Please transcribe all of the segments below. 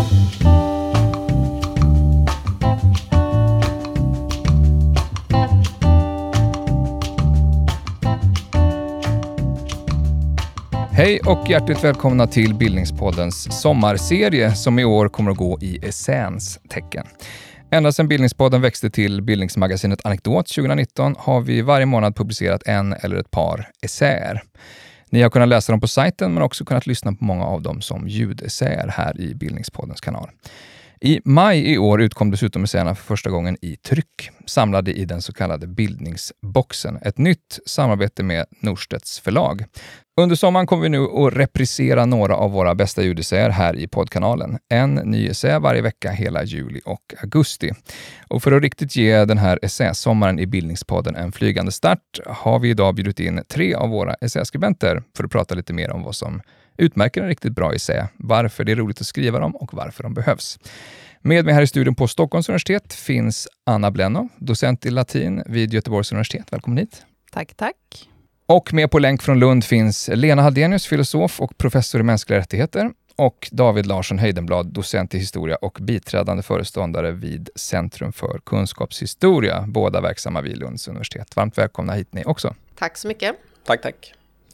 Hej och hjärtligt välkomna till Bildningspoddens sommarserie som i år kommer att gå i essäns tecken. Ända sedan Bildningspodden växte till bildningsmagasinet Anekdot 2019 har vi varje månad publicerat en eller ett par essäer. Ni har kunnat läsa dem på sajten men också kunnat lyssna på många av dem som ljudessäer här i Bildningspoddens kanal. I maj i år utkom dessutom essäerna för första gången i tryck, samlade i den så kallade bildningsboxen, ett nytt samarbete med Norstedts förlag. Under sommaren kommer vi nu att reprisera några av våra bästa ljudessäer här i poddkanalen. En ny essä varje vecka hela juli och augusti. Och för att riktigt ge den här essäsommaren i Bildningspodden en flygande start har vi idag bjudit in 3 av våra essäskribenter för att prata lite mer om vad som utmärker en riktigt bra essä, varför det är roligt att skriva dem och varför de behövs. Med mig här i studion på Stockholms universitet finns Anna Blenno, docent i latin vid Göteborgs universitet. Välkommen hit. Tack, tack. Och med på länk från Lund finns Lena Hallenius, filosof och professor i mänskliga rättigheter, och David Larsson Heidenblad, docent i historia och biträdande föreståndare vid Centrum för kunskapshistoria, båda verksamma vid Lunds universitet. Varmt välkomna hit ni också. Tack så mycket. Tack.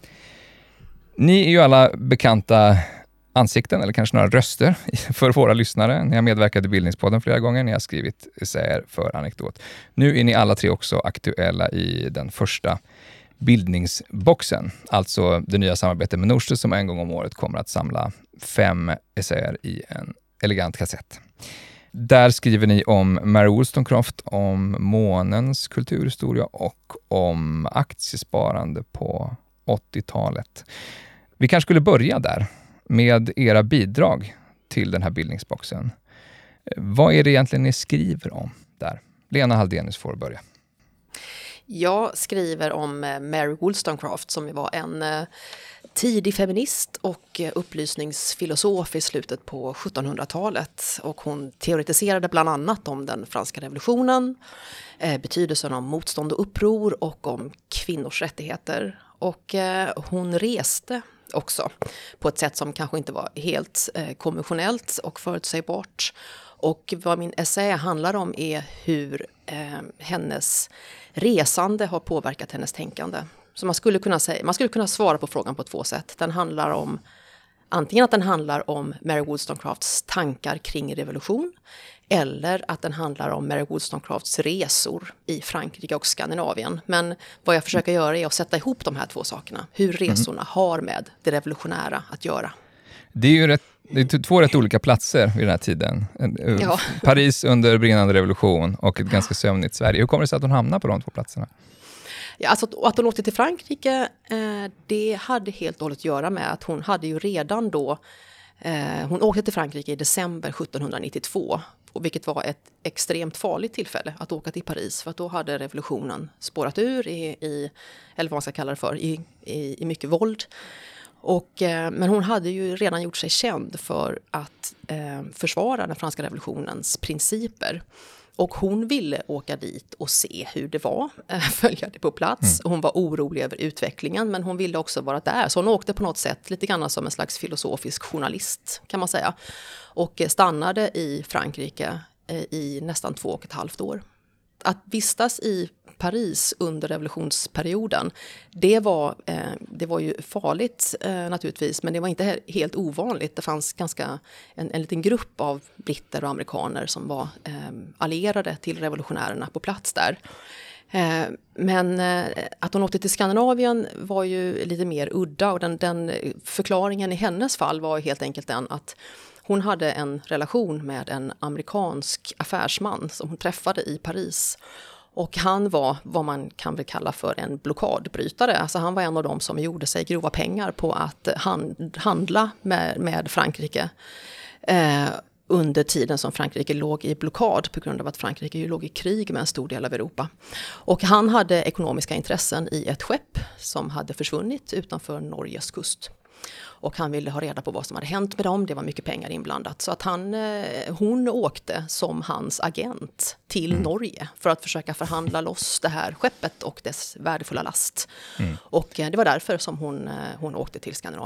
Ni är ju alla bekanta ansikten, eller kanske några röster för våra lyssnare. Ni har medverkat i Bildningspodden flera gånger, ni har skrivit essäer för Anekdot. Nu är ni alla 3 också aktuella i den första bildningsboxen, alltså det nya samarbetet med Norstedts som en gång om året kommer att samla 5 essäer i en elegant kassett. Där skriver ni om Mary Wollstonecraft, om månens kulturhistoria och om aktiesparande på 80-talet. Vi kanske skulle börja där med era bidrag till den här bildningsboxen. Vad är det egentligen ni skriver om där? Lena Hallenius får börja. Jag skriver om Mary Wollstonecraft som var en tidig feminist och upplysningsfilosof i slutet på 1700-talet. Och hon teoretiserade bland annat om den franska revolutionen, betydelsen av motstånd och uppror och om kvinnors rättigheter. Och hon reste också på ett sätt som kanske inte var helt konventionellt och förutsägbart. Och vad min essä handlar om är hur hennes resande har påverkat hennes tänkande. Så man skulle kunna svara på frågan på 2 sätt. Den handlar om antingen att den handlar om Mary Wollstonecrafts tankar kring revolution, eller att den handlar om Mary Wollstonecrafts resor i Frankrike och Skandinavien. Men vad jag försöker göra är att sätta ihop de här 2 sakerna. Hur resorna har med det revolutionära att göra. Det är ju det är 2 rätt olika platser vid den här tiden. Ja. Paris under brinnande revolution och ett ganska sömnigt Sverige. Hur kommer det sig att hon hamnar på de 2 platserna? Ja, alltså att hon åkte till Frankrike, det hade helt och hållet att göra med att hon hade ju redan då, hon åkte till Frankrike i december 1792, vilket var ett extremt farligt tillfälle att åka till Paris, för att då hade revolutionen spårat ur i eller vad man ska kalla det för, i mycket våld. Men hon hade ju redan gjort sig känd för att försvara den franska revolutionens principer. Och hon ville åka dit och se hur det var, följa det på plats. Hon var orolig över utvecklingen, men hon ville också vara där. Så hon åkte på något sätt lite grann som en slags filosofisk journalist, kan man säga. Och stannade i Frankrike i nästan 2,5 år. Att vistas i Paris under revolutionsperioden, det var ju farligt naturligtvis, men det var inte helt ovanligt. Det fanns en liten grupp av britter och amerikaner som var allierade till revolutionärerna på plats där. Men att hon åkte till Skandinavien var ju lite mer udda, och den förklaringen i hennes fall var helt enkelt den att hon hade en relation med en amerikansk affärsman som hon träffade i Paris. Och han var vad man kan väl kalla för en blockadbrytare. Alltså han var en av dem som gjorde sig grova pengar på att handla med Frankrike under tiden som Frankrike låg i blockad på grund av att Frankrike ju låg i krig med en stor del av Europa. Och han hade ekonomiska intressen i ett skepp som hade försvunnit utanför Norges kust. Och han ville ha reda på vad som hade hänt med dem. Det var mycket pengar inblandat. Så att hon åkte som hans agent till Norge för att försöka förhandla loss det här skeppet och dess värdefulla last. Och det var därför som hon åkte till Skandinavien.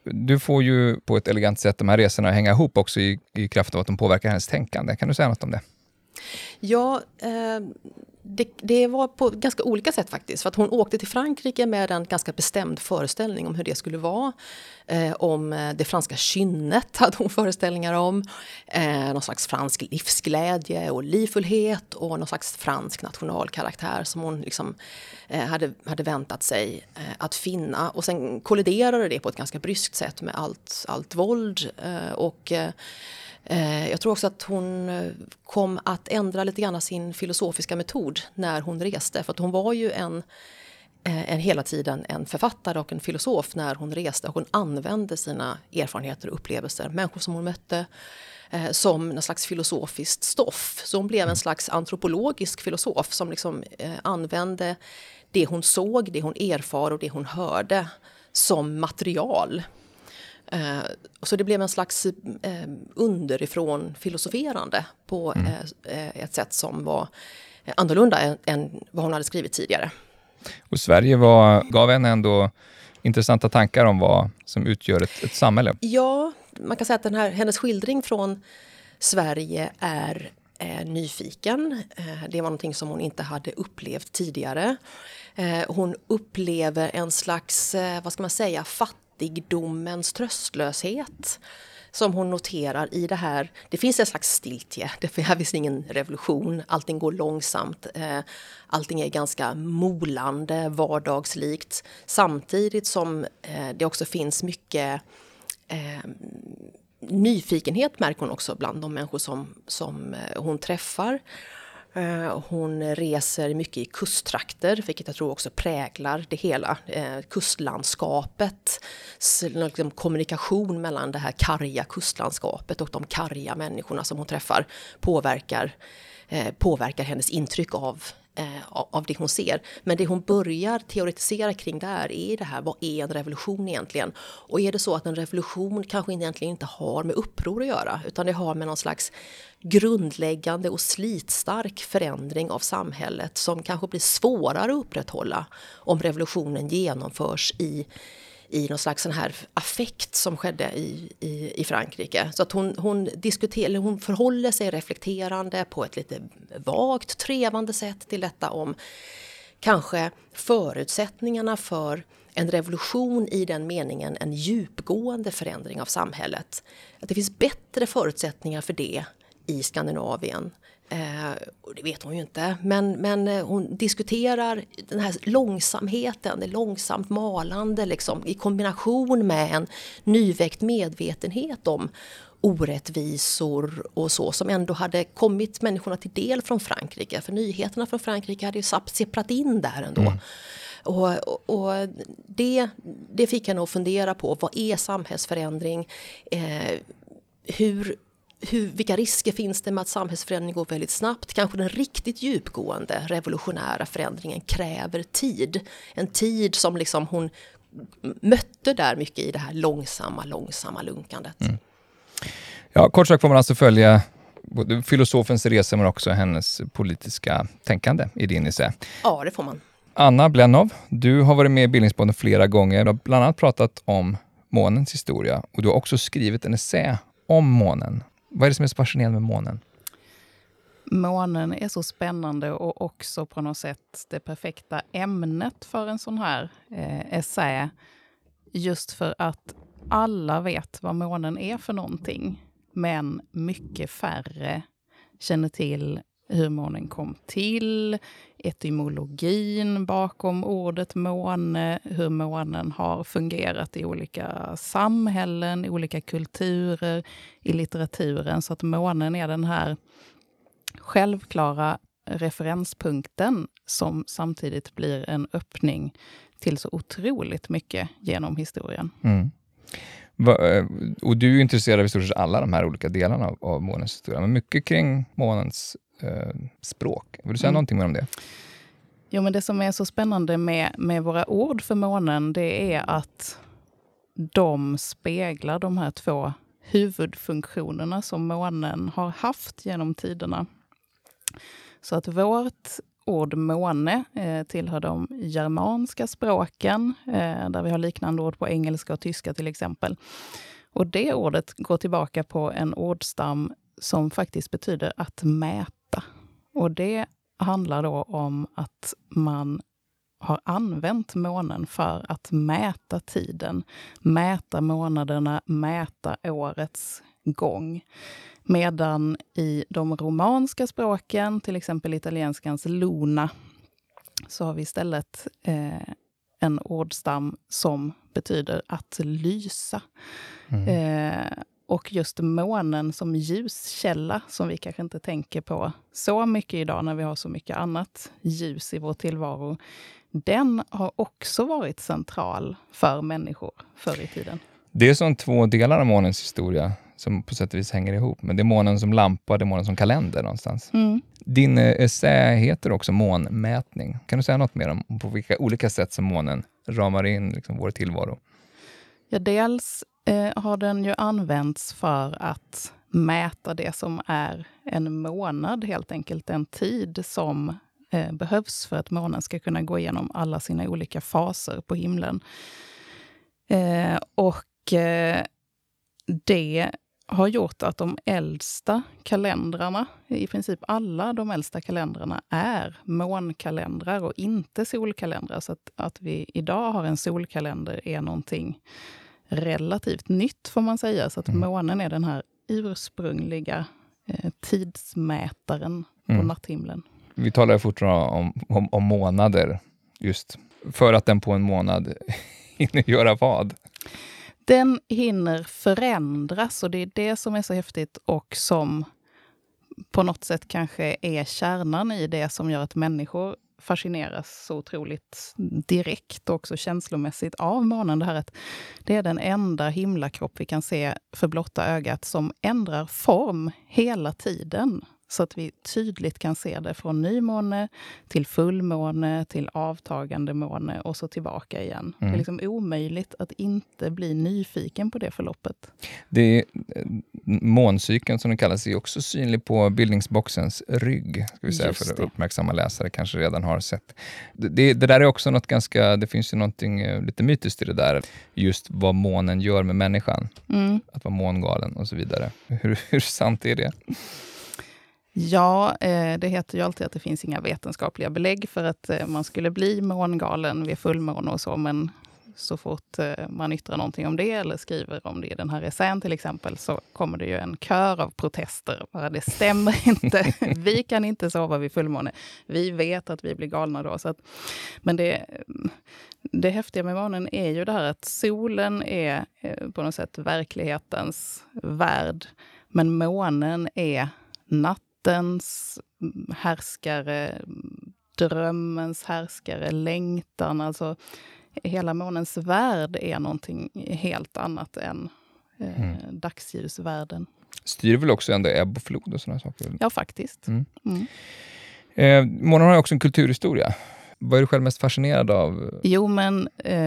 Du får ju på ett elegant sätt de här resorna att hänga ihop också i kraft av att de påverkar hennes tänkande. Kan du säga något om det? Ja, det var på ganska olika sätt faktiskt. För att hon åkte till Frankrike med en ganska bestämd föreställning om hur det skulle vara. Om det franska kynnet hade hon föreställningar om. Någon slags fransk livsglädje och livfullhet och någon slags fransk nationalkaraktär som hon liksom hade väntat sig att finna. Och sen kolliderade det på ett ganska bryskt sätt med allt våld och jag tror också att hon kom att ändra lite grann sin filosofiska metod när hon reste. För att hon var ju hela tiden en författare och en filosof när hon reste. Och hon använde sina erfarenheter och upplevelser, människor som hon mötte, som någon slags filosofiskt stoff. Så hon blev en slags antropologisk filosof som liksom använde det hon såg, det hon erfar och det hon hörde som material. Så det blev en slags underifrån filosoferande på ett sätt som var annorlunda än vad hon hade skrivit tidigare. Och Sverige gav henne ändå intressanta tankar om vad som utgör ett samhälle. Ja, man kan säga att hennes skildring från Sverige är nyfiken. Det var någonting som hon inte hade upplevt tidigare. Hon upplever en slags, vad ska man säga, fattigdomens tröstlöshet som hon noterar i det här. Det finns en slags stiltje, det finns ingen revolution, allting går långsamt, allting är ganska molande, vardagslikt, samtidigt som det också finns mycket nyfikenhet, märker hon också bland de människor som hon träffar. Hon reser mycket i kusttrakter, vilket jag tror också präglar det hela. Kustlandskapet, liksom kommunikation mellan det här karga kustlandskapet och de karga människorna som hon träffar påverkar hennes intryck av det hon ser. Men det hon börjar teoretisera kring där är det här, vad är en revolution egentligen? Och är det så att en revolution kanske egentligen inte har med uppror att göra, utan det har med någon slags grundläggande och slitstark förändring av samhället som kanske blir svårare att upprätthålla om revolutionen genomförs i någon slags sån här affekt som skedde i Frankrike. Så att hon förhåller sig reflekterande på ett lite vagt, trevande sätt till detta om kanske förutsättningarna för en revolution i den meningen, en djupgående förändring av samhället. Att det finns bättre förutsättningar för det i Skandinavien. Och det vet hon ju inte, men hon diskuterar den här långsamheten, det långsamt malande liksom, i kombination med en nyväckt medvetenhet om orättvisor och så, som ändå hade kommit människorna till del från Frankrike. För nyheterna från Frankrike hade ju sipprat in där ändå. Och det fick henne att fundera på, vad är samhällsförändring? Vilka risker finns det med att samhällsförändring går väldigt snabbt? Kanske den riktigt djupgående revolutionära förändringen kräver tid. En tid som liksom hon mötte där mycket i det här långsamma lunkandet. Mm. Ja, kort sagt får man alltså följa både filosofens resa men också hennes politiska tänkande i din essä. Ja, det får man. Anna Blennow, du har varit med i Bildningspodden flera gånger. Du har bland annat pratat om månens historia och du har också skrivit en essä om månen. Vad är det som är så fascinerande med månen? Månen är så spännande och också på något sätt det perfekta ämnet för en sån här essä. Just för att alla vet vad månen är för någonting. Men mycket färre känner till hur månen kom till, etymologin bakom ordet måne, hur månen har fungerat i olika samhällen, i olika kulturer, i litteraturen. Så att månen är den här självklara referenspunkten som samtidigt blir en öppning till så otroligt mycket genom historien. Mm. Och du är intresserad av i stort sett alla de här olika delarna av månens historia, men mycket kring månens språk. Vill du säga någonting mer om det? Jo, men det som är så spännande med våra ord för månen, det är att de speglar de här två huvudfunktionerna som månen har haft genom tiderna. Så att vårt ord måne tillhör de germanska språken, där vi har liknande ord på engelska och tyska till exempel. Och det ordet går tillbaka på en ordstam som faktiskt betyder att mäta. Och det handlar då om att man har använt månen för att mäta tiden, mäta månaderna, mäta årets gång. Medan i de romanska språken, till exempel italienskans luna, så har vi istället en ordstam som betyder att lysa. Och just månen som ljuskälla, som vi kanske inte tänker på så mycket idag när vi har så mycket annat ljus i vår tillvaro, den har också varit central för människor förr i tiden. Det är som två delar av månens historia som på sätt och vis hänger ihop. Men det är månen som lampa, det är månen som kalender någonstans. Din essä heter också månmätning. Kan du säga något mer om på vilka olika sätt som månen ramar in liksom vår tillvaro? Ja, dels har den ju använts för att mäta det som är en månad, helt enkelt en tid som behövs för att månen ska kunna gå igenom alla sina olika faser på himlen. Det har gjort att de äldsta kalendrarna, i princip alla de äldsta kalendrarna, är månkalendrar och inte solkalendrar. Så att vi idag har en solkalender är någonting relativt nytt, får man säga. Så att månen är den här ursprungliga tidsmätaren på natthimlen. Vi talar fortfarande om månader, just för att den på en månad hinner göra vad? Den hinner förändras, och det är det som är så häftigt och som på något sätt kanske är kärnan i det som gör att människor fascineras så otroligt direkt och också känslomässigt av månen. Det här att det är den enda himlakropp vi kan se för blotta ögat som ändrar form hela tiden. Så att vi tydligt kan se det från nymåne till fullmåne till avtagande måne och så tillbaka igen. Det är liksom omöjligt att inte bli nyfiken på det förloppet. Det är, måncykeln som den kallas är också synlig på bildningsboxens rygg. Ska vi säga, för uppmärksamma läsare kanske redan har sett. Det där är också något ganska, det finns ju någonting lite mytiskt i det där. Just vad månen gör med människan. Att vara mångalen och så vidare. Hur sant är det? Ja, det heter ju alltid att det finns inga vetenskapliga belägg för att man skulle bli mångalen vid fullmåne och så, men så fort man yttrar någonting om det eller skriver om det i den här essän till exempel, så kommer det ju en kör av protester. Bara det stämmer inte. Vi kan inte sova vid fullmåne. Vi vet att vi blir galna då. Så att, men det häftiga med månen är ju det här att solen är på något sätt verklighetens värld, men månen är nattens härskare, drömmens härskare, längtan. Alltså hela månens värld är någonting helt annat än dagsljusvärlden. Styr väl också ändå ebb och flod och sådana saker? Ja, faktiskt. Månen har ju också en kulturhistoria. Vad är du själv mest fascinerad av? Jo, men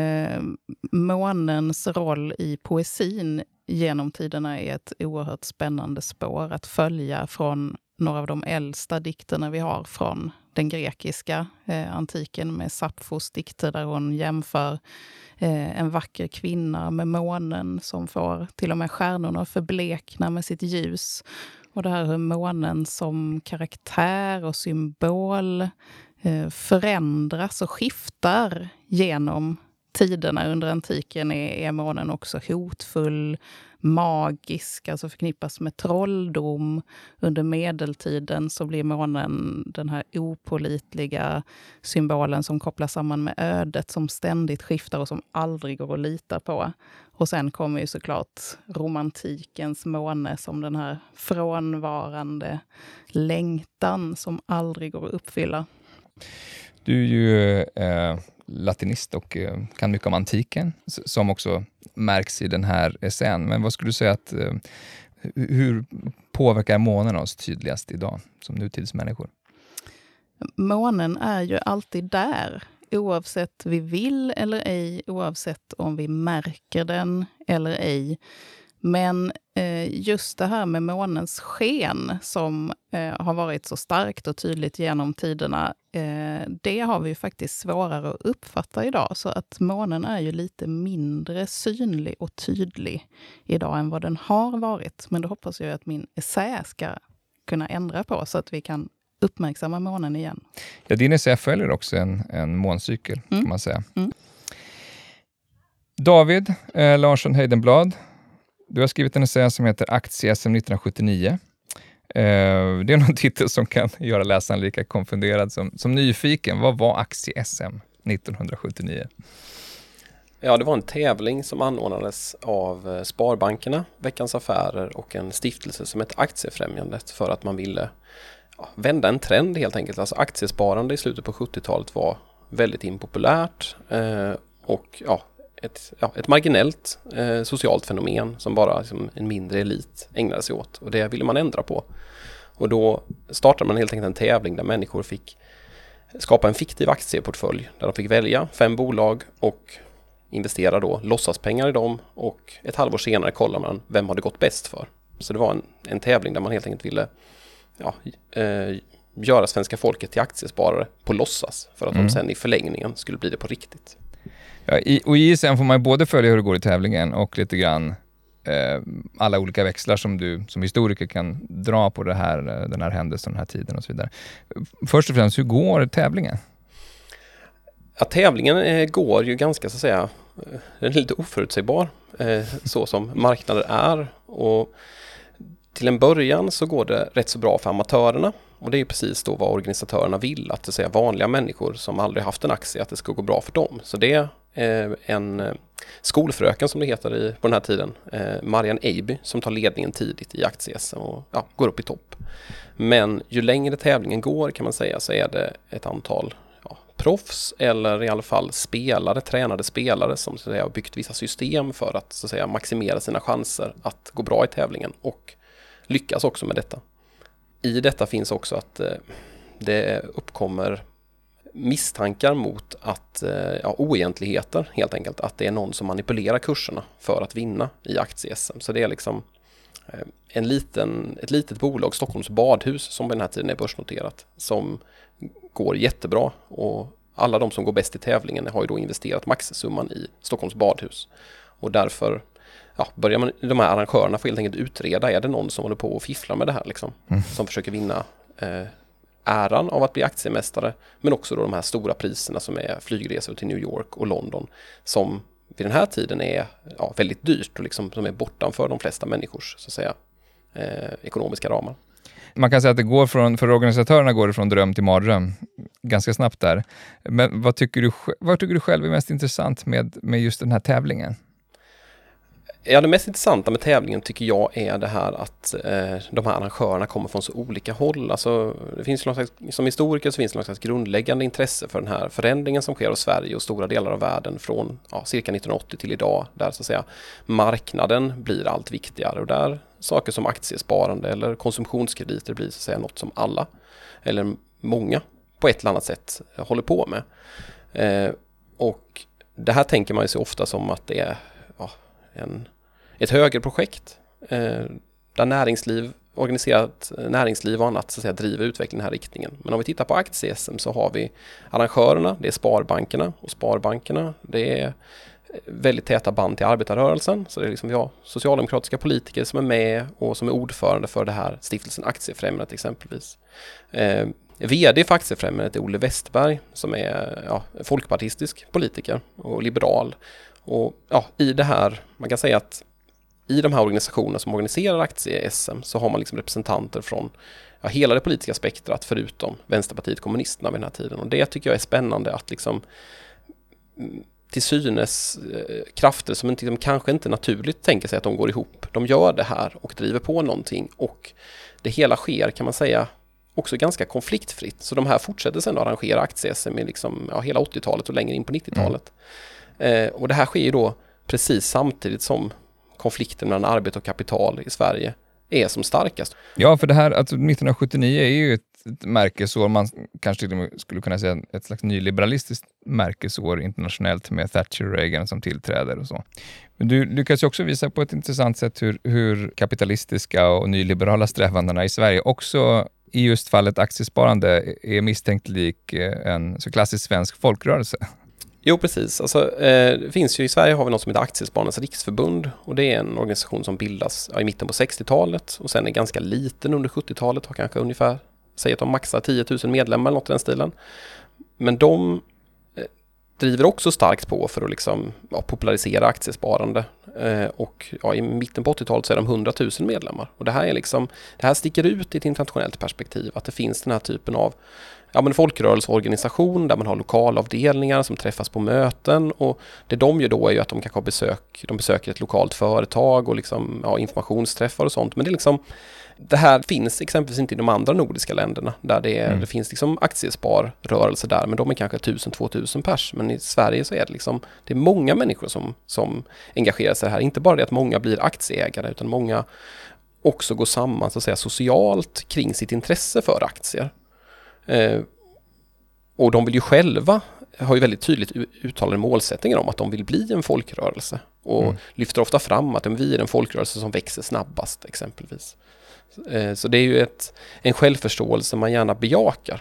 månens roll i poesin genom tiderna är ett oerhört spännande spår att följa från några av de äldsta dikterna vi har från den grekiska antiken med Sappfos dikter där hon jämför en vacker kvinna med månen som får till och med stjärnorna förblekna med sitt ljus. Och det här hur månen som karaktär och symbol förändras och skiftar genom tiderna. Under antiken är månen också hotfull, magisk, alltså förknippas med trolldom. Under medeltiden så blir månen den här opålitliga symbolen som kopplas samman med ödet, som ständigt skiftar och som aldrig går att lita på. Och sen kommer ju såklart romantikens måne som den här frånvarande längtan som aldrig går att uppfylla. Du är ju latinist och kan mycket om antiken, som också märks i den här essän. Men vad skulle du säga att hur påverkar månen oss tydligast idag som nutidsmänniskor? Månen är ju alltid där, oavsett vi vill eller ej, oavsett om vi märker den eller ej. Men just det här med månens sken som har varit så starkt och tydligt genom tiderna, det har vi ju faktiskt svårare att uppfatta idag. Så att månen är ju lite mindre synlig och tydlig idag än vad den har varit. Men då hoppas jag att min essä ska kunna ändra på så att vi kan uppmärksamma månen igen. Ja, din essä följer också en måncykel kan man säga. Mm. David Larsson Heidenblad, du har skrivit en essä som heter Aktie-SM 1979. Det är någon titel som kan göra läsaren lika konfunderad som nyfiken. Vad var Aktie-SM 1979? Ja, det var en tävling som anordnades av Sparbankerna, Veckans Affärer och en stiftelse som heter Aktiefrämjandet för att man ville vända en trend helt enkelt. Alltså aktiesparande i slutet på 70-talet var väldigt impopulärt och ett marginellt socialt fenomen som bara liksom, en mindre elit ägnade sig åt. Och det ville man ändra på. Och då startade man helt enkelt en tävling där människor fick skapa en fiktiv aktieportfölj där de fick välja 5 bolag och investera då låtsaspengar i dem, och ett halvår senare kollar man vem hade gått bäst för. Så det var en tävling där man helt enkelt ville göra svenska folket till aktiesparare på låtsas för att de sen i förlängningen skulle bli det på riktigt. Ja, och i ISM får man både följa hur det går i tävlingen och lite grann alla olika växlar som du som historiker kan dra på den här händelsen, den här tiden och så vidare. Först och främst, hur går tävlingen? Ja, tävlingen går ju ganska så att säga, den är lite oförutsägbar så som marknader är, och till en början så går det rätt så bra för amatörerna, och det är ju precis då vad organisatörerna vill, att det säga vanliga människor som aldrig haft en aktie, att det ska gå bra för dem. Så det är en skolfröken som det heter på den här tiden, Marianne Eiby, som tar ledningen tidigt i aktie-SM och går upp i topp. Men ju längre tävlingen går kan man säga så är det ett antal proffs eller i alla fall tränade spelare som så att säga, har byggt vissa system för att, så att säga, maximera sina chanser att gå bra i tävlingen och lyckas också med detta. I detta finns också att det uppkommer misstankar mot att oegentligheter helt enkelt, att det är någon som manipulerar kurserna för att vinna i aktie-SM. Så det är liksom ett litet bolag, Stockholms badhus, som på den här tiden är börsnoterat, som går jättebra, och alla de som går bäst i tävlingen har ju då investerat maxsumman i Stockholms badhus, och därför börjar de här arrangörerna får helt enkelt utreda, är det någon som håller på och fifflar med det här liksom, som försöker vinna äran av att bli aktiemästare, men också då de här stora priserna som är flygresor till New York och London, som vid den här tiden är väldigt dyrt och liksom, som är bortanför de flesta människors så att säga, ekonomiska ramar. Man kan säga att det går för organisatörerna går det från dröm till mardröm ganska snabbt där. Men vad tycker du själv är mest intressant med just den här tävlingen? Ja, det mest intressanta med tävlingen tycker jag är det här att de här arrangörerna kommer från så olika håll. Alltså, det finns någon slags, som historiker så finns det någon slags grundläggande intresse för den här förändringen som sker i Sverige och stora delar av världen från cirka 1980 till idag, där så att säga marknaden blir allt viktigare, och där saker som aktiesparande eller konsumtionskrediter blir så att säga något som alla eller många på ett eller annat sätt håller på med. Och det här tänker man ju så ofta som att det är ett högerprojekt där organiserat näringsliv och annat så att säga, driver utvecklingen i den här riktningen. Men om vi tittar på aktie-SM så har vi arrangörerna, det är Sparbankerna, och Sparbankerna det är väldigt täta band till arbetarrörelsen. Så det är liksom, vi har socialdemokratiska politiker som är med och som är ordförande för det här stiftelsen Aktiefrämjandet exempelvis. VD för Aktiefrämjandet är Olle Westberg som är folkpartistisk politiker och liberal. Och i det här, man kan säga att i de här organisationerna som organiserar aktie-SM så har man liksom representanter från hela det politiska spektrat förutom Vänsterpartiet kommunisterna vid den här tiden. Och det tycker jag är spännande att liksom till synes krafter som inte, kanske inte naturligt tänker sig att de går ihop. De gör det här och driver på någonting, och det hela sker kan man säga också ganska konfliktfritt. Så de här fortsätter sedan att arrangera aktie-SM i liksom, hela 80-talet och längre in på 90-talet. Och det här sker ju då precis samtidigt som konflikten mellan arbete och kapital i Sverige är som starkast. Ja, för det här, alltså 1979 är ju märkesår, man kanske till och med skulle kunna säga ett slags nyliberalistiskt märkesår internationellt med Thatcher och Reagan som tillträder och så. Men du lyckas ju också visa på ett intressant sätt hur kapitalistiska och nyliberala strävandena i Sverige också i just fallet aktiesparande är misstänkt lik en så klassisk svensk folkrörelse. Jo, precis. Alltså, det finns ju i Sverige har vi något som heter Aktiespararnas riksförbund, och det är en organisation som bildas i mitten på 60-talet och sen är ganska liten under 70-talet, har kanske ungefär, säg att de maxar 10 000 medlemmar eller något i den stilen. Men de driver också starkt på för att liksom, popularisera aktiesparande. Och i mitten på 80-talet så är de 100 000 medlemmar. Och det här är liksom, det här sticker ut i ett internationellt perspektiv, att det finns den här typen av folkrörelseorganisation där man har lokalavdelningar som träffas på möten, och det de gör då är ju att de kanske har de besöker ett lokalt företag och liksom, informationsträffar och sånt. Men det är liksom, det här finns exempelvis inte i de andra nordiska länderna där det finns liksom aktiesparrörelser där, men de är kanske 1000-2000 pers. Men i Sverige så är det liksom, det är många människor som engagerar sig här. Inte bara det att många blir aktieägare, utan många också går samman så att säga socialt kring sitt intresse för aktier. Och de vill ju själva, har ju väldigt tydligt uttalade målsättningar om att de vill bli en folkrörelse, och lyfter ofta fram att vi är en folkrörelse som växer snabbast exempelvis. Så det är ju en självförståelse man gärna bejakar.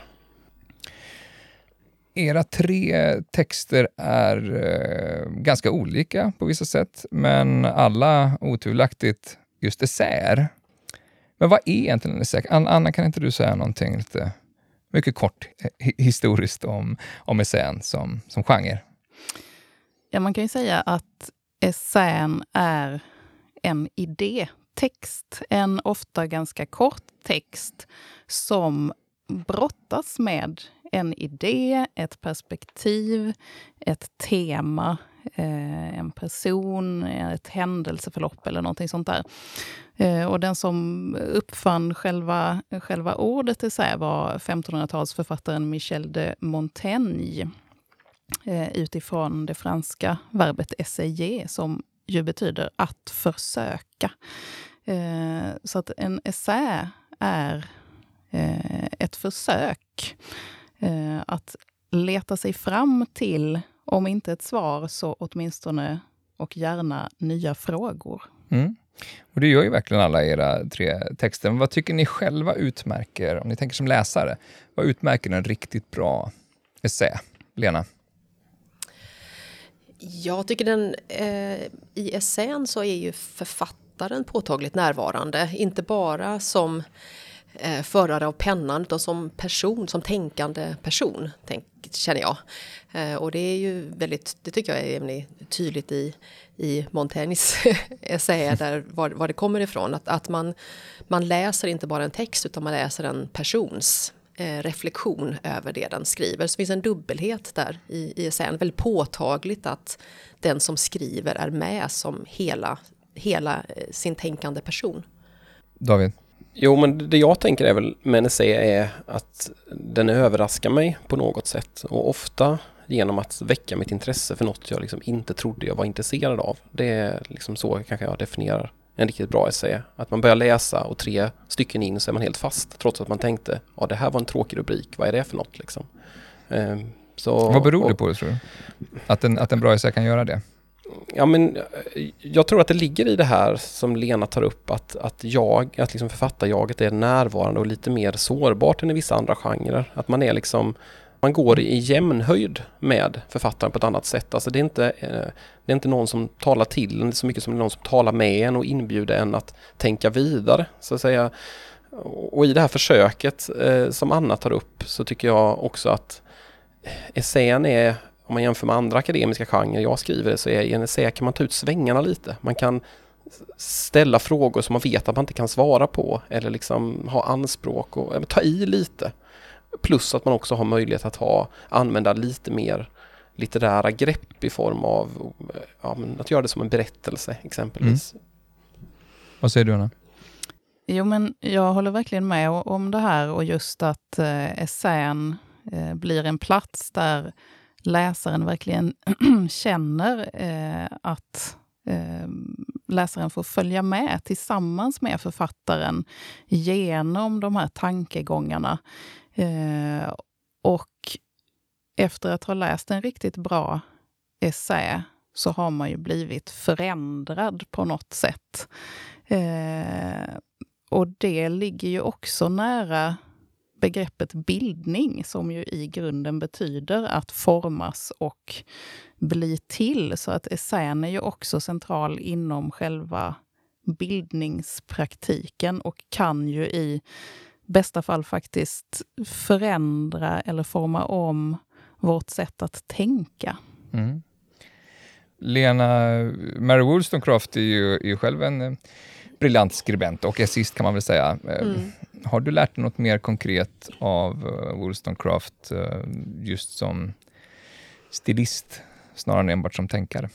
Era 3 texter är ganska olika på vissa sätt, men alla otvivelaktigt just essäer. Men vad är egentligen en essä? Anna, kan inte du säga någonting lite mycket kort historiskt om essän som genre? Ja, man kan ju säga att essän är en idétext, en ofta ganska kort text som brottas med en idé, ett perspektiv, ett tema, en person, ett händelseförlopp eller någonting sånt där. Och den som uppfann själva ordet essä var 1500-talsförfattaren Michel de Montaigne, utifrån det franska verbet essayer som ju betyder att försöka. Så att en essä är ett försök att leta sig fram till, om inte ett svar så åtminstone och gärna nya frågor. Och det gör ju verkligen alla era 3 texter. Men vad tycker ni själva utmärker, om ni tänker som läsare, vad utmärker en riktigt bra essä? Lena? Jag tycker i essän så är ju författaren påtagligt närvarande. Inte bara som förare av pennan, utan som person, som tänkande person, känner jag. Och det är ju det tycker jag är tydligt i Montaignes essä där var det kommer ifrån. Att man läser inte bara en text, utan man läser en persons reflektion över det den skriver. Så det finns en dubbelhet där i essän. Väldigt påtagligt att den som skriver är med som hela sin tänkande person. David? Jo, men det jag tänker är väl med en essä är att den överraskar mig på något sätt. Och ofta genom att väcka mitt intresse för något jag liksom inte trodde jag var intresserad av. Det är liksom så kanske jag definierar en riktigt bra essä. Att man börjar läsa och 3 stycken in så är man helt fast. Trots att man tänkte, det här var en tråkig rubrik. Vad är det för något liksom? Vad beror det på det, tror du? Att en bra essä kan göra det? Ja, men jag tror att det ligger i det här som Lena tar upp, att liksom författarjaget är närvarande och lite mer sårbart än i vissa andra genrer. Att man är liksom, man går i jämnhöjd med författaren på ett annat sätt. Alltså det är inte någon som talar till en så mycket som någon som talar med en och inbjuder en att tänka vidare, så att säga. Och i det här försöket som Anna tar upp, så tycker jag också att essän är, om man jämför med andra akademiska genrer jag skriver, så i en essä kan man ta ut svängarna lite. Man kan ställa frågor som man vet att man inte kan svara på, eller liksom ha anspråk och ta i lite. Plus att man också har möjlighet att använda lite mer litterära grepp i form av att göra det som en berättelse exempelvis. Vad säger du, Anna? Jo, men jag håller verkligen med om det här, och just att essän blir en plats där läsaren verkligen känner att läsaren får följa med tillsammans med författaren genom de här tankegångarna. Och efter att ha läst en riktigt bra essä så har man ju blivit förändrad på något sätt. Och det ligger ju också nära begreppet bildning, som ju i grunden betyder att formas och bli till. Så att essän är ju också central inom själva bildningspraktiken och kan ju i bästa fall faktiskt förändra eller forma om vårt sätt att tänka. Mm. Lena, Mary Wollstonecraft är ju själv en briljant skribent och essist kan man väl säga. Har du lärt dig något mer konkret av Wollstonecraft just som stilist snarare än enbart som tänkare?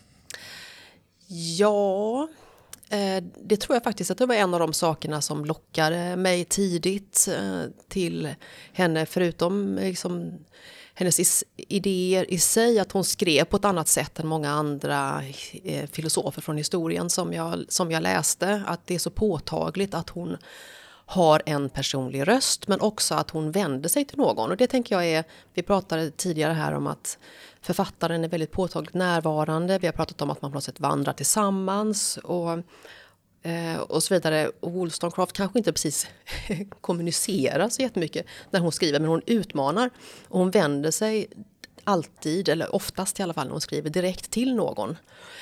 Ja, det tror jag faktiskt att det var en av de sakerna som lockade mig tidigt till henne, förutom liksom hennes idéer i sig, att hon skrev på ett annat sätt än många andra filosofer från historien som jag läste. Att det är så påtagligt att hon har en personlig röst, men också att hon vänder sig till någon. Och det tänker jag är, vi pratade tidigare här om att författaren är väldigt påtagligt närvarande. Vi har pratat om att man på något sätt vandrar tillsammans och så vidare. Och Wollstonecraft kanske inte precis kommunicerar så jättemycket när hon skriver, men hon utmanar. Och hon vänder sig alltid, eller oftast i alla fall när hon skriver, direkt till någon.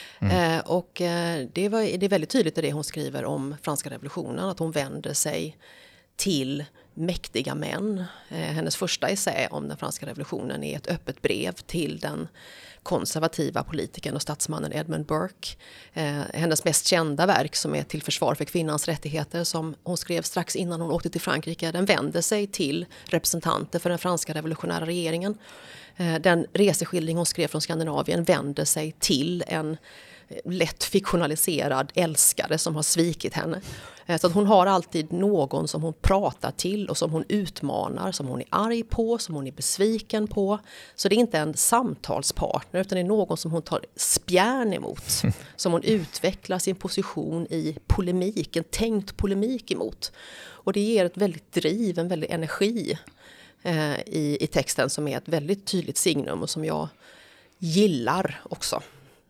Det är väldigt tydligt i det hon skriver om franska revolutionen, att hon vänder sig till mäktiga män. Hennes första essä om den franska revolutionen är ett öppet brev till den konservativa politikern och statsmannen Edmund Burke. Hennes mest kända verk, som är Till försvar för kvinnans rättigheter, som hon skrev strax innan hon åkte till Frankrike, den vänder sig till representanter för den franska revolutionära regeringen. Den reseskildring hon skrev från Skandinavien vänder sig till en lätt fiktionaliserad älskare som har svikit henne. Så att hon har alltid någon som hon pratar till och som hon utmanar, som hon är arg på, som hon är besviken på. Så det är inte en samtalspartner, utan det är någon som hon tar spjärn emot. Som hon utvecklar sin position i polemik, en tänkt polemik emot. Och det ger ett väldigt driv, en väldigt energi i texten, som är ett väldigt tydligt signum och som jag gillar också.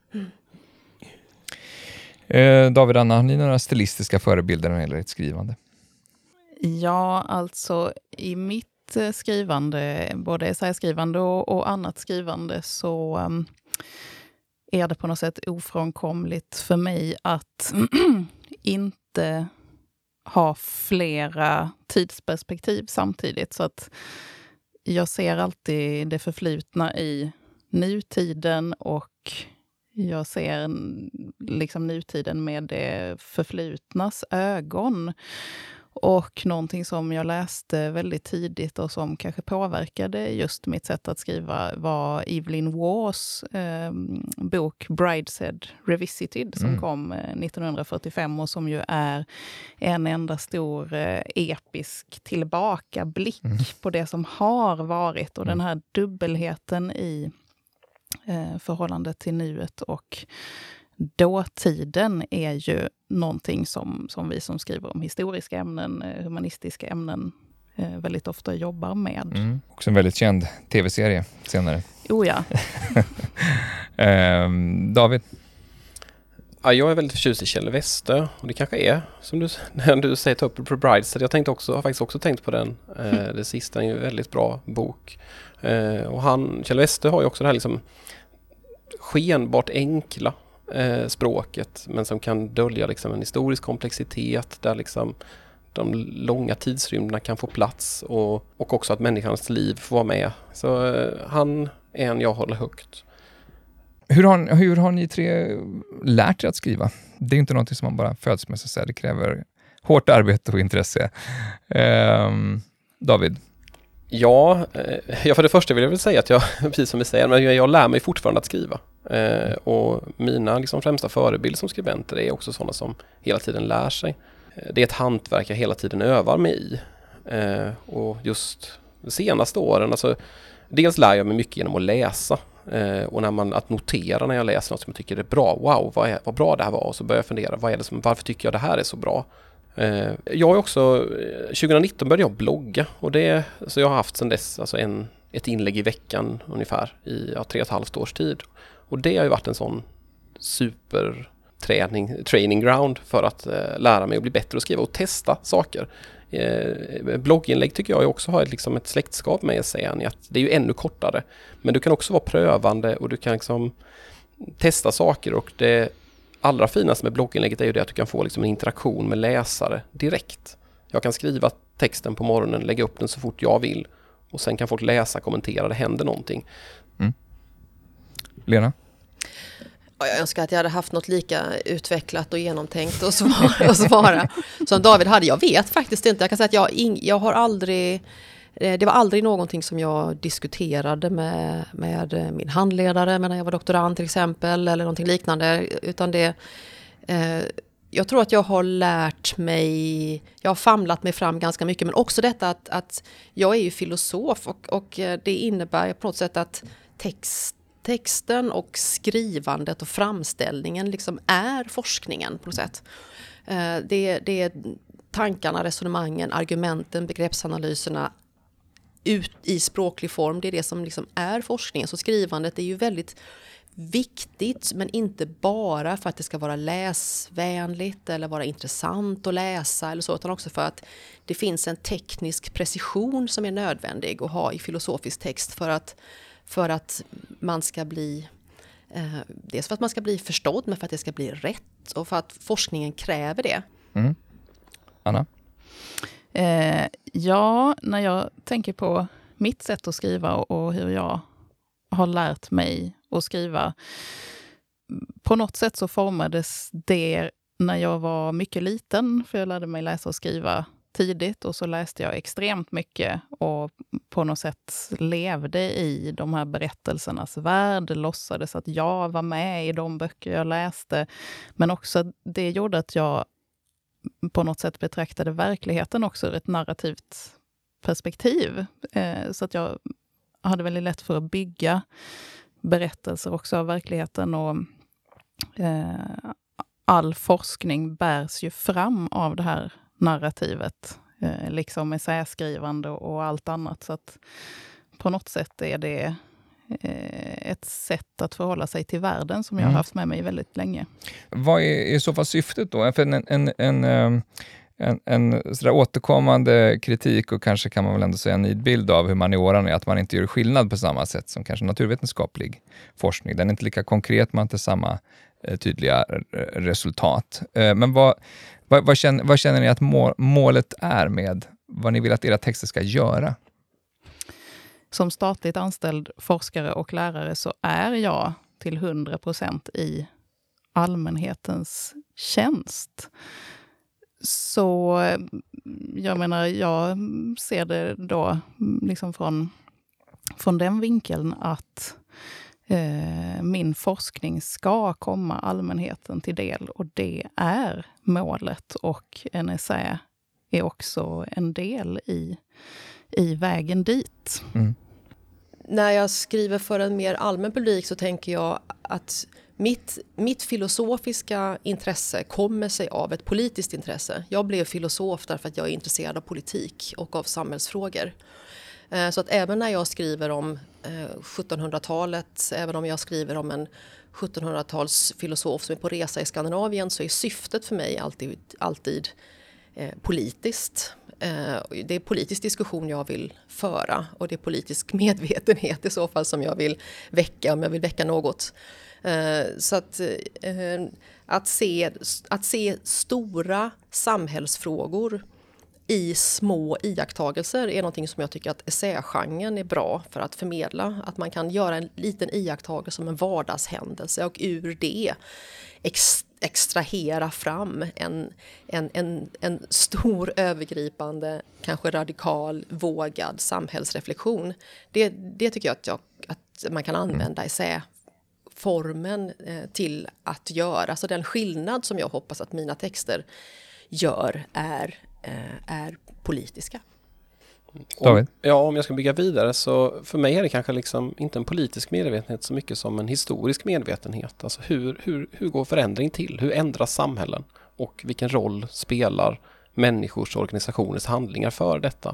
David, Anna, har ni några stilistiska förebilder när det gäller ett skrivande? Ja, alltså i mitt skrivande, både essäskrivande och annat skrivande, så är det på något sätt ofrånkomligt för mig att inte ha flera tidsperspektiv samtidigt. Så att jag ser alltid det förflutna i nutiden och jag ser liksom nutiden med det förflutnas ögon. Och någonting som jag läste väldigt tidigt och som kanske påverkade just mitt sätt att skriva var Evelyn Waughs bok Brideshead Revisited som kom 1945 och som ju är en enda stor episk tillbakablick på det som har varit. Och den här dubbelheten i förhållandet till nuet och dåtiden är ju någonting som vi som skriver om historiska ämnen, humanistiska ämnen väldigt ofta jobbar med. Också en väldigt känd tv-serie senare. Oh ja. David? Ja, jag är väldigt förtjust i Kjell Westö och det kanske är som du säger, ta upp på Brides. Jag har faktiskt också tänkt på den. Det sista är en väldigt bra bok. Och Kjell Westö har ju också det här liksom skenbart enkla språket, men som kan dölja liksom en historisk komplexitet där liksom de långa tidsrymderna kan få plats och också att människans liv får vara med. Så han är en jag håller högt. Hur har ni tre lärt er att skriva? Det är inte något som man bara föds med, så att säga. Det kräver hårt arbete och intresse. David? Ja, för det första vill jag väl säga att jag, precis som vi säger, men jag lär mig fortfarande att skriva. Och mina liksom främsta förebilder som skribenter är också sådana som hela tiden lär sig. Det är ett hantverk jag hela tiden övar mig i. Och just de senaste åren, alltså, dels lär jag mig mycket genom att läsa. Och att notera när jag läser något som jag tycker är bra. Wow, vad bra det här var. Och så börjar jag fundera, varför tycker jag det här är så bra? Jag är också, 2019 började jag blogga. Och så jag har haft sedan dess alltså ett inlägg i veckan ungefär i 3,5 års tid. Och det har ju varit en sån super training ground för att lära mig att bli bättre och skriva och testa saker. Blogginlägg tycker jag också har liksom ett släktskap med essän i att det är ju ännu kortare. Men du kan också vara prövande och du kan liksom testa saker, och det allra finaste med blogginlägget är ju det att du kan få liksom en interaktion med läsare direkt. Jag kan skriva texten på morgonen, lägga upp den så fort jag vill och sen kan folk läsa, kommentera, det händer någonting. Lena? Jag önskar att jag hade haft något lika utvecklat och genomtänkt och svara som David hade. Jag vet faktiskt inte. Jag kan säga att jag har aldrig... Det var aldrig någonting som jag diskuterade med min handledare när jag var doktorand till exempel, eller någonting liknande. Utan jag tror att jag har lärt mig... Jag har famlat mig fram ganska mycket. Men också detta att jag är ju filosof och det innebär på något sätt att texten och skrivandet och framställningen liksom är forskningen på något sätt. Det är tankarna, resonemangen, argumenten, begreppsanalyserna ut i språklig form. Det är det som liksom är forskningen. Så skrivandet är ju väldigt viktigt, men inte bara för att det ska vara läsvänligt eller vara intressant att läsa eller så, utan också för att det finns en teknisk precision som är nödvändig att ha i filosofisk text för att man ska bli, dels för att man ska bli förstådd, men för att det ska bli rätt och för att forskningen kräver det. Anna? Ja, när jag tänker på mitt sätt att skriva och hur jag har lärt mig att skriva, på något sätt så formades det när jag var mycket liten, för jag lärde mig läsa och skriva tidigt, och så läste jag extremt mycket och på något sätt levde i de här berättelsernas värld, låtsades att jag var med i de böcker jag läste, men också det gjorde att jag på något sätt betraktade verkligheten också ur ett narrativt perspektiv, så att jag hade väldigt lätt för att bygga berättelser också av verkligheten, och all forskning bärs ju fram av det här narrativet, liksom essäskrivande och allt annat. Så att på något sätt är det ett sätt att förhålla sig till världen som jag har haft med mig väldigt länge. Vad är i så fall syftet då? För en sådär återkommande kritik, och kanske kan man väl ändå säga en nidbild av humanioran, är att man inte gör skillnad på samma sätt som kanske naturvetenskaplig forskning. Den är inte lika konkret, man har inte samma tydliga resultat. Men vad känner ni att målet är med vad ni vill att era texter ska göra? Som statligt anställd forskare och lärare så är jag till 100% i allmänhetens tjänst. Så jag menar, jag ser det då liksom från den vinkeln att min forskning ska komma allmänheten till del, och det är målet, och en essä är också en del i vägen dit. När jag skriver för en mer allmän publik så tänker jag att mitt filosofiska intresse kommer sig av ett politiskt intresse. Jag blev filosof därför att jag är intresserad av politik och av samhällsfrågor. Så att även när jag skriver om 1700-talet, även om jag skriver om en 1700-tals filosof som är på resa i Skandinavien, så är syftet för mig alltid politiskt. Det är politisk diskussion jag vill föra, och det är politisk medvetenhet i så fall som jag vill väcka, om jag vill väcka något. Så att se stora samhällsfrågor i små iakttagelser är någonting som jag tycker att essägenren är bra för att förmedla. Att man kan göra en liten iakttagelse som en vardagshändelse och ur det extrahera fram en stor övergripande, kanske radikal, vågad samhällsreflektion. Det tycker jag att man kan använda essäformen till att göra. Så den skillnad som jag hoppas att mina texter gör är politiska. David? Om jag ska bygga vidare så för mig är det kanske liksom inte en politisk medvetenhet så mycket som en historisk medvetenhet. Alltså hur går förändring till? Hur ändras samhällen? Och vilken roll spelar människors och organisationers handlingar för detta?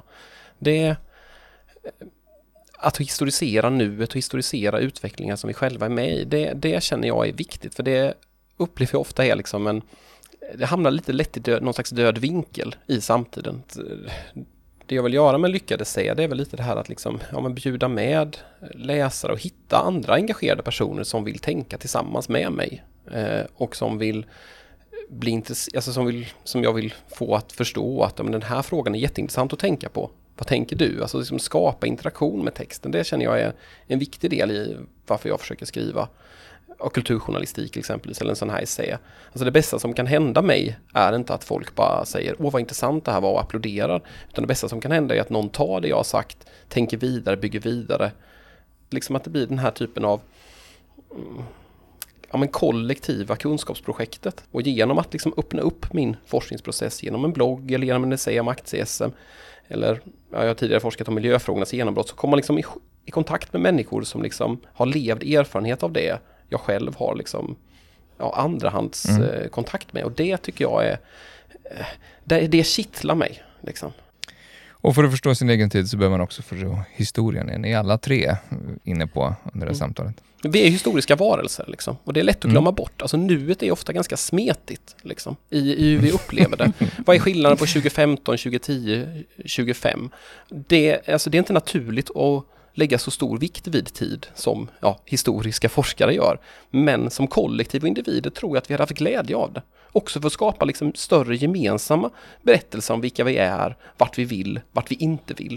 Att historisera nuet och historisera utvecklingar som vi själva är med i, det känner jag är viktigt. För det upplever jag ofta är liksom det hamnar lite lätt i någon slags död vinkel i samtiden. Det jag vill göra med lyckade se, det är väl lite det här att liksom, bjuda med läsare och hitta andra engagerade personer som vill tänka tillsammans med mig och som vill bli intresserade, som jag vill få att förstå att den här frågan är jätteintressant att tänka på. Vad tänker du? Alltså liksom skapa interaktion med texten. Det känner jag är en viktig del i varför jag försöker skriva och kulturjournalistik exempelvis, eller en sån här essä. Alltså det bästa som kan hända mig är inte att folk bara säger vad intressant det här var och applåderar, utan det bästa som kan hända är att någon tar det jag har sagt, tänker vidare, bygger vidare. Liksom att det blir den här typen av kollektiva kunskapsprojektet. Och genom att liksom öppna upp min forskningsprocess genom en blogg eller genom en essä om aktie-SM, eller jag har tidigare forskat om miljöfrågornas genombrott, så kommer man liksom i kontakt med människor som liksom har levd erfarenhet av det jag själv har liksom andrahands kontakt med. Och det tycker jag är det kittlar mig liksom. Och för att förstå sin egen tid så behöver man också förstå historien. Är ni alla tre inne på under det här samtalet? Vi är historiska varelser liksom. Och det är lätt att glömma bort. Alltså nuet är ofta ganska smetigt liksom, i hur vi upplever det. Vad är skillnaden på 2015, 2010, 2025? Det är inte naturligt att lägga så stor vikt vid tid som historiska forskare gör. Men som kollektiv och individer tror jag att vi har haft glädje av det. Också för att skapa liksom större gemensamma berättelser om vilka vi är, vart vi vill, vart vi inte vill.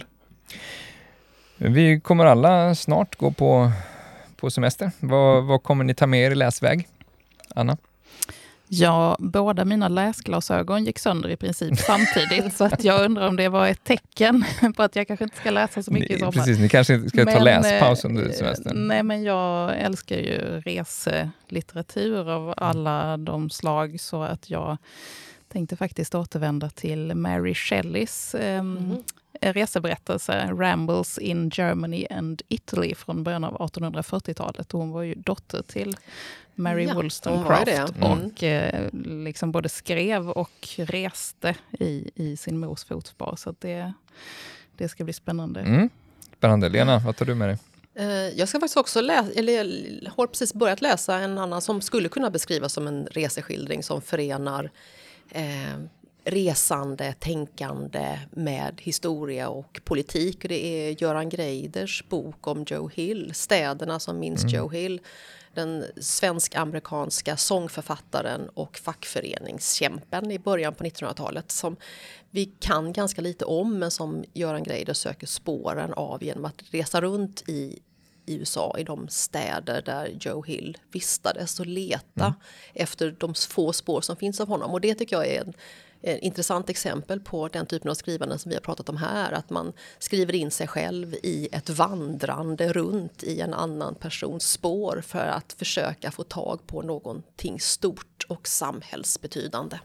Vi kommer alla snart gå på semester. Vad kommer ni ta med er i läsväg? Anna? Ja, båda mina läsglasögon gick sönder i princip samtidigt, så att jag undrar om det var ett tecken på att jag kanske inte ska läsa så mycket i sommar. Precis, ni kanske inte ska ta läspaus under semestern. Nej, men jag älskar ju reselitteratur av alla de slag, så att jag tänkte faktiskt återvända till Mary Shelleys reseberättelse Rambles in Germany and Italy från början av 1840-talet. Hon var ju dotter till Mary Wollstonecraft och liksom både skrev och reste i sin mors fotspår. Så att det ska bli spännande. Spännande. Lena, vad tar du med dig? Jag ska faktiskt också har precis börjat läsa en annan som skulle kunna beskrivas som en reseskildring som förenar resande, tänkande med historia och politik. Det är Göran Greiders bok om Joe Hill, städerna som minns Joe Hill, den svensk-amerikanska sångförfattaren och fackföreningskämpen i början på 1900-talet som vi kan ganska lite om, men som Göran Greider söker spåren av genom att resa runt i USA, i de städer där Joe Hill vistades och leta efter de få spår som finns av honom. Och det tycker jag är en intressant exempel på den typen av skrivande som vi har pratat om här, att man skriver in sig själv i ett vandrande runt i en annan persons spår för att försöka få tag på någonting stort och samhällsbetydande.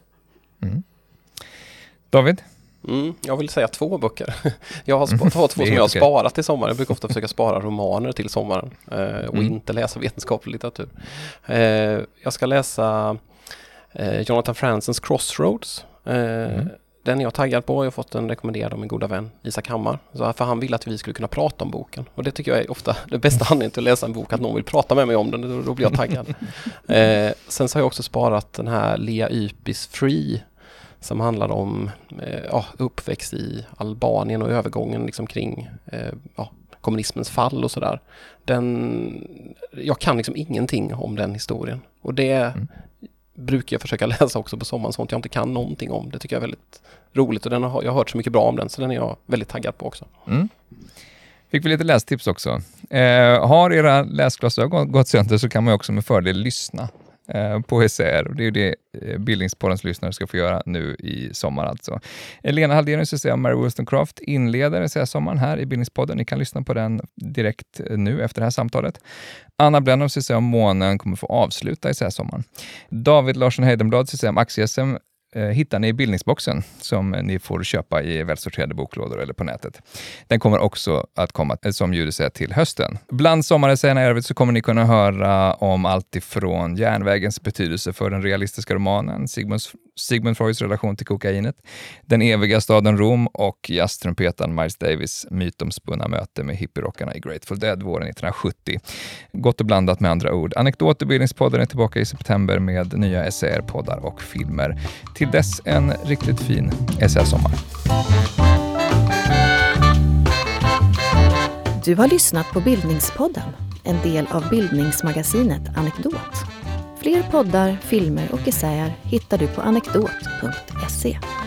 David? Jag vill säga 2 böcker. Jag har 2 som jag har sparat till sommaren. Jag brukar ofta försöka spara romaner till sommaren och inte läsa vetenskaplig litteratur. Jag ska läsa Jonathan Franzens Crossroads. Den är jag taggad på. Jag har fått en rekommenderad av min goda vän Isak Hammar. Så för han ville att vi skulle kunna prata om boken. Och det tycker jag är ofta det bästa anledningen till att läsa en bok, att någon vill prata med mig om den. Då blir jag taggad. Sen så har jag också sparat den här Lea Ypis Free, som handlar om uppväxt i Albanien och övergången liksom kring kommunismens fall och sådär. Jag kan liksom ingenting om den historien. Och det brukar jag försöka läsa också på sommaren, sånt jag inte kan någonting om. Det tycker jag är väldigt roligt, och jag har hört så mycket bra om den, så den är jag väldigt taggad på också. Fick vi lite lästips också. Har era läsglasögon gått sönder så kan man också med fördel lyssna på essäer. Och det är ju det Bildningspoddens lyssnare ska få göra nu i sommar alltså. Lena Halldenius essä om Mary Wollstonecraft inleder essäsommaren här i Bildningspodden. Ni kan lyssna på den direkt nu efter det här samtalet. Anna Blennovs essä om månen kommer få avsluta essäsommaren. David Larsson Heidenblads essä om aktie-SM hittar ni i bildningsboxen som ni får köpa i välsorterade boklådor eller på nätet. Den kommer också att komma, som Judy säger, till hösten. Bland sommaressäerna i övrigt så kommer ni kunna höra om allt ifrån järnvägens betydelse för den realistiska romanen, Sigmund Freuds relation till kokainet, den eviga staden Rom och jazztrumpetaren Miles Davis mytomspunna möte med hippierockarna i Grateful Dead våren 1970. Gott och blandat med andra ord. Anekdot i Bildningspodden är tillbaka i september med nya essäer, poddar och filmer. Till dess en riktigt fin SR-sommar. Du har lyssnat på Bildningspodden, en del av bildningsmagasinet Anekdot. Fler poddar, filmer och essäer hittar du på anekdot.se.